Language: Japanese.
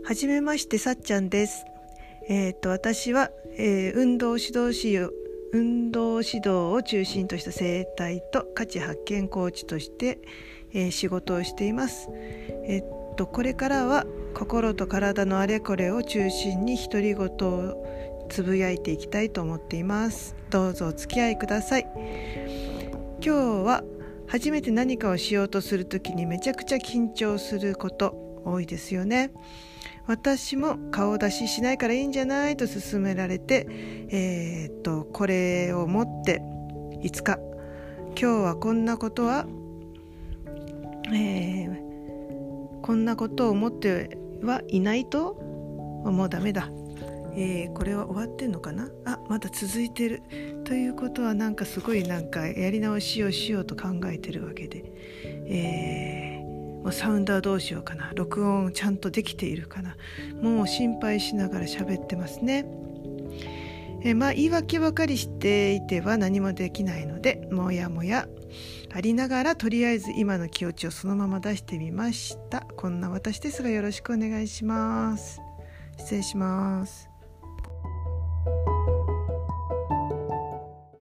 じめまして、さっちゃんです。私は、運動指導を中心とした生態と価値発見コーチとして、仕事をしています。これからは心と体のあれこれを中心に独り言をつぶやいていきたいと思っています。どうぞお付き合いください。今日は初めて何かをしようとするときにめちゃくちゃ緊張すること多いですよね。私も顔出ししないからいいんじゃないと勧められて、これを持っていつか今日はこんなことを思ってはいないともうダメだ。これは終わってんのかな。まだ続いてるということはすごいやり直しをしようと考えてるわけで、もうサウンダーどうしようかな、録音ちゃんとできているかな、もう心配しながら喋ってますね。言い訳ばかりしていては何もできないので、もやもやありながらとりあえず今の気持ちをそのまま出してみました。こんな私ですがよろしくお願いします。失礼します。